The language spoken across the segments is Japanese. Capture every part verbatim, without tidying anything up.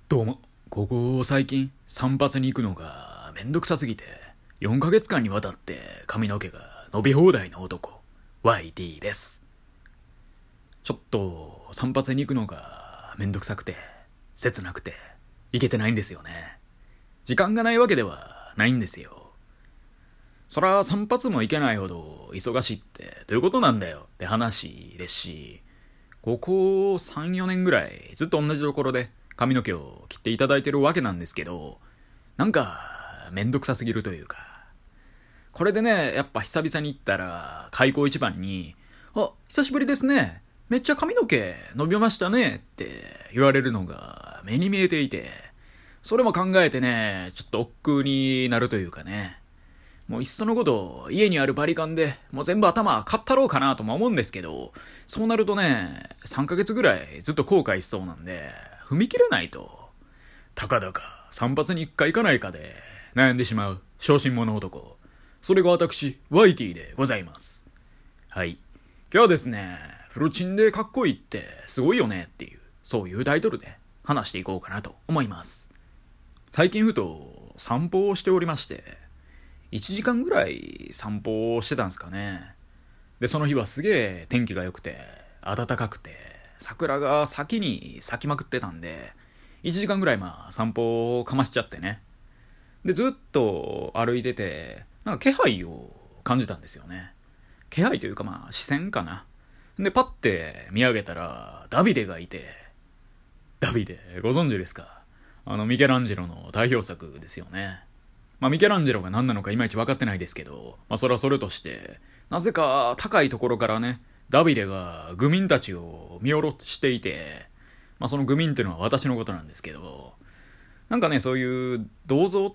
どうも、ここ最近散髪に行くのがめんどくさすぎて、よんかげつかんにわたって髪の毛が伸び放題の男、ワイティ です。ちょっと散髪に行くのがめんどくさくて、切なくて、行けてないんですよね。時間がないわけではないんですよ。そら散髪も行けないほど忙しいってどういうことなんだよって話ですし、ここさん、よねんぐらいずっと同じところで髪の毛を切っていただいてるわけなんですけど、なんかめんどくさすぎるというか、これでね、やっぱ久々に行ったら開口一番に、あ、久しぶりですね、めっちゃ髪の毛伸びましたねって言われるのが目に見えていて、それも考えてね、ちょっと億劫になるというかね、もういっそのこと家にあるバリカンでもう全部頭買ったろうかなとも思うんですけど、そうなるとね、さんかげつぐらいずっと後悔しそうなんで踏み切れないと、たかだか散髪にいっかい行かないかで悩んでしまう小心者男、それが私ワイティでございます。はい、今日はですね、フルチンでかっこいいってすごいよねっていう、そういうタイトルで話していこうかなと思います。最近ふと散歩をしておりまして、いちじかんぐらい散歩をしてたんですかね。で、その日はすげえ天気が良くて、暖かくて、桜が先に咲きまくってたんで、いちじかんぐらいまあ散歩をかましちゃってね。で、ずっと歩いてて、なんか気配を感じたんですよね。気配というかまあ視線かな。で、パッて見上げたら、ダビデがいて、ダビデ、ご存知ですか？あの、ミケランジェロの代表作ですよね。まあ、ミケランジェロが何なのかいまいち分かってないですけど、まあ、それはそれとして、なぜか高いところからね、ダビデが愚民たちを見下ろしていて、まあ、その愚民っていうのは私のことなんですけど、なんかね、そういう銅像って、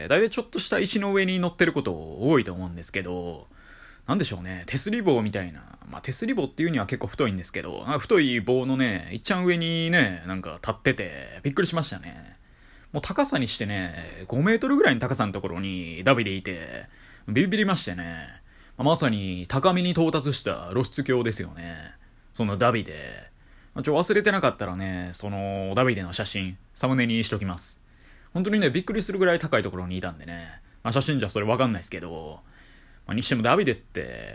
だいたいちょっとした石の上に乗ってること多いと思うんですけど、なんでしょうね、手すり棒みたいな、まあ、手すり棒っていうには結構太いんですけど、太い棒のね、いっちゃん上にね、なんか立ってて、びっくりしましたね。もう高さにしてね、ごメートルぐらいの高さのところにダビデいて、ビリビリましてね、まさに高みに到達した露出狂ですよね。そのダビデ。ちょ、忘れてなかったらね、そのダビデの写真、サムネにしときます。本当にね、びっくりするぐらい高いところにいたんでね、まあ、写真じゃそれわかんないですけど、まあ、にしてもダビデって、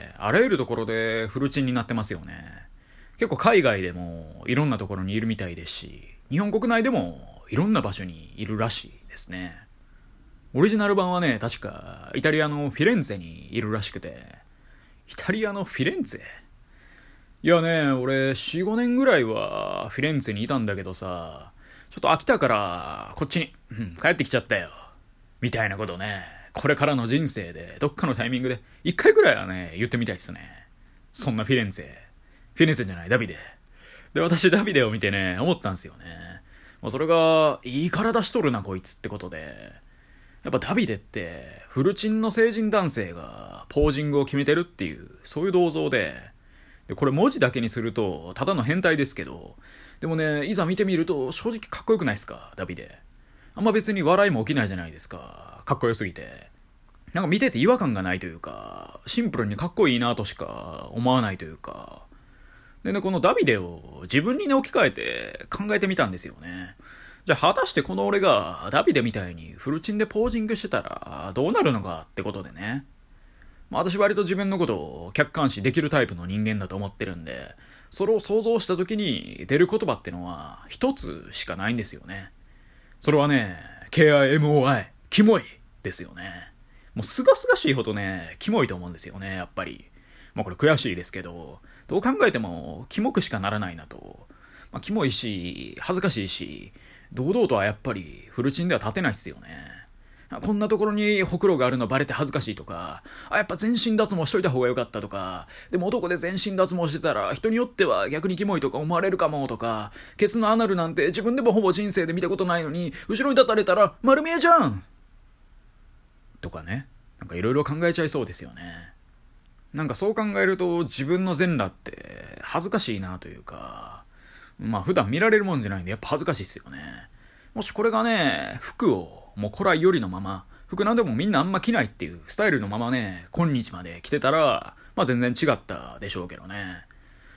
あらゆるところでフルチンになってますよね。結構海外でもいろんなところにいるみたいですし、日本国内でもいろんな場所にいるらしいですね。オリジナル版はね、確かイタリアのフィレンツェにいるらしくて、イタリアのフィレンツェ？いやね、俺よん、ごねんぐらいはフィレンツェにいたんだけどさ、ちょっと飽きたからこっちに、うん、帰ってきちゃったよみたいなことね、これからの人生でどっかのタイミングで一回ぐらいはね、言ってみたいっすね。そんなフィレンツェフィレンツェじゃないダビデで、私ダビデを見てね、思ったんですよね。もうそれがいい体しとるなこいつってことで、やっぱダビデってフルチンの成人男性がポージングを決めてるっていう、そういう銅像で、でこれ文字だけにするとただの変態ですけど、でもね、いざ見てみると正直かっこよくないですか、ダビデ。あんま別に笑いも起きないじゃないですか、かっこよすぎて。なんか見てて違和感がないというか、シンプルにかっこいいなとしか思わないというか。でね、このダビデを自分にね、置き換えて考えてみたんですよね。じゃあ果たしてこの俺がダビデみたいにフルチンでポージングしてたらどうなるのかってことでね。まあ、私割と自分のことを客観視できるタイプの人間だと思ってるんで、それを想像した時に出る言葉ってのは一つしかないんですよね。それはね、ケーアイエムオーアイ、キモいですよね。もうすがすがしいほどね、キモいと思うんですよね、やっぱり。まあこれ悔しいですけど、どう考えてもキモくしかならないなと。まあ、キモいし、恥ずかしいし、堂々とはやっぱりフルチンでは立てないっすよね。こんなところにほくろがあるのバレて恥ずかしいとか、あ、やっぱ全身脱毛しといた方がよかったとか、でも男で全身脱毛してたら人によっては逆にキモいとか思われるかもとか、ケツのアナルなんて自分でもほぼ人生で見たことないのに、後ろに立たれたら丸見えじゃんとかね。なんかいろいろ考えちゃいそうですよね。なんかそう考えると自分の全裸って恥ずかしいなというか、まあ普段見られるもんじゃないんでやっぱ恥ずかしいっすよね。もしこれがね、服をもう古来よりのまま、服なんでもみんなあんま着ないっていうスタイルのままね、今日まで着てたら、まあ全然違ったでしょうけどね。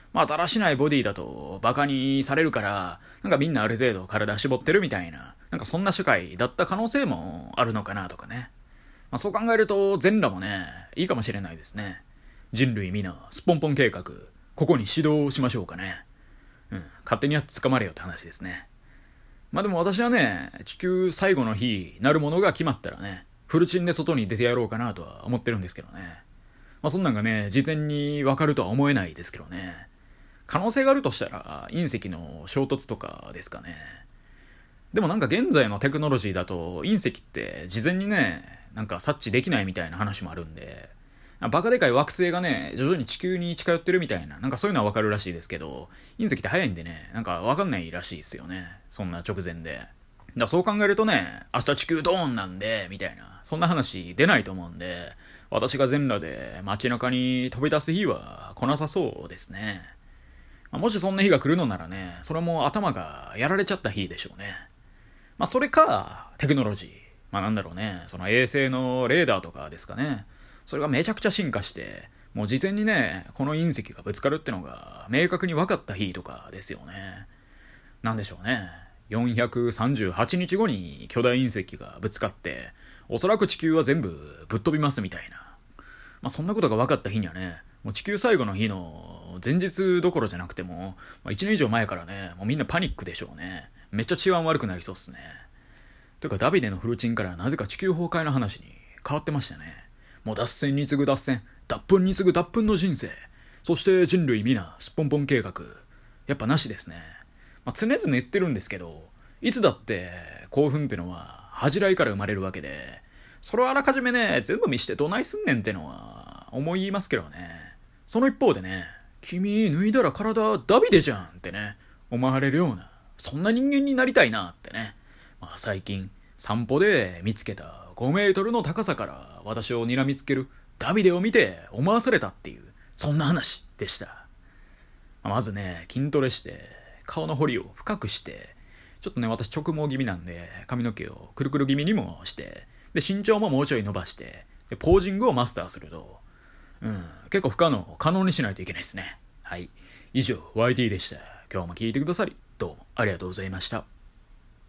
まあ、だらしないボディだとバカにされるから、なんかみんなある程度体絞ってるみたいな、なんかそんな社会だった可能性もあるのかなとかね。まあ、そう考えると全裸もね、いいかもしれないですね。人類皆、すっぽんぽん計画、ここに指導しましょうかね。うん、勝手にやって捕まれよって話ですね。まあでも私はね、地球最後の日、なるものが決まったらね、フルチンで外に出てやろうかなとは思ってるんですけどね。まあそんなんがね、事前にわかるとは思えないですけどね。可能性があるとしたら、隕石の衝突とかですかね。でもなんか現在のテクノロジーだと、隕石って事前にね、なんか察知できないみたいな話もあるんで、バカでかい惑星がね、徐々に地球に近寄ってるみたいな、なんかそういうのはわかるらしいですけど、隕石って早いんでね、なんかわかんないらしいですよね。そんな直前で。だからそう考えるとね、明日地球ドーンなんで、みたいな、そんな話出ないと思うんで、私が全裸で街中に飛び出す日は来なさそうですね。まあ、もしそんな日が来るのならね、それも頭がやられちゃった日でしょうね。まあそれか、テクノロジー。まあなんだろうね、その衛星のレーダーとかですかね。それがめちゃくちゃ進化して、もう事前にね、この隕石がぶつかるってのが明確に分かった日とかですよね。なんでしょうね。よんひゃくさんじゅうはちにちごに巨大隕石がぶつかって、おそらく地球は全部ぶっ飛びますみたいな。まあそんなことが分かった日にはね、もう地球最後の日の前日どころじゃなくても、まあ、いちねん以上前からね、もうみんなパニックでしょうね。めっちゃ治安悪くなりそうっすね。というかダビデのフルチンからなぜか地球崩壊の話に変わってましたね。もう脱線に次ぐ脱線、脱粉に次ぐ脱粉の人生、そして人類皆すっぽんぽん計画、やっぱなしですね。まあ、常々言ってるんですけど、いつだって興奮ってのは恥じらいから生まれるわけで、それをあらかじめね全部見してどないすんねんってのは思いますけどね。その一方でね、君脱いだら体ダビデじゃんってね思われるような、そんな人間になりたいなってね。まあ最近散歩で見つけたごメートルの高さから私を睨みつけるダビデを見て思わされたっていう、そんな話でした。まずね、筋トレして顔の彫りを深くして、ちょっとね私直毛気味なんで髪の毛をくるくる気味にもして、で身長ももうちょい伸ばして、でポージングをマスターすると、うん結構不可能を可能にしないといけないですね。はい、以上 ワイティー でした。今日も聞いてくださりどうもありがとうございました。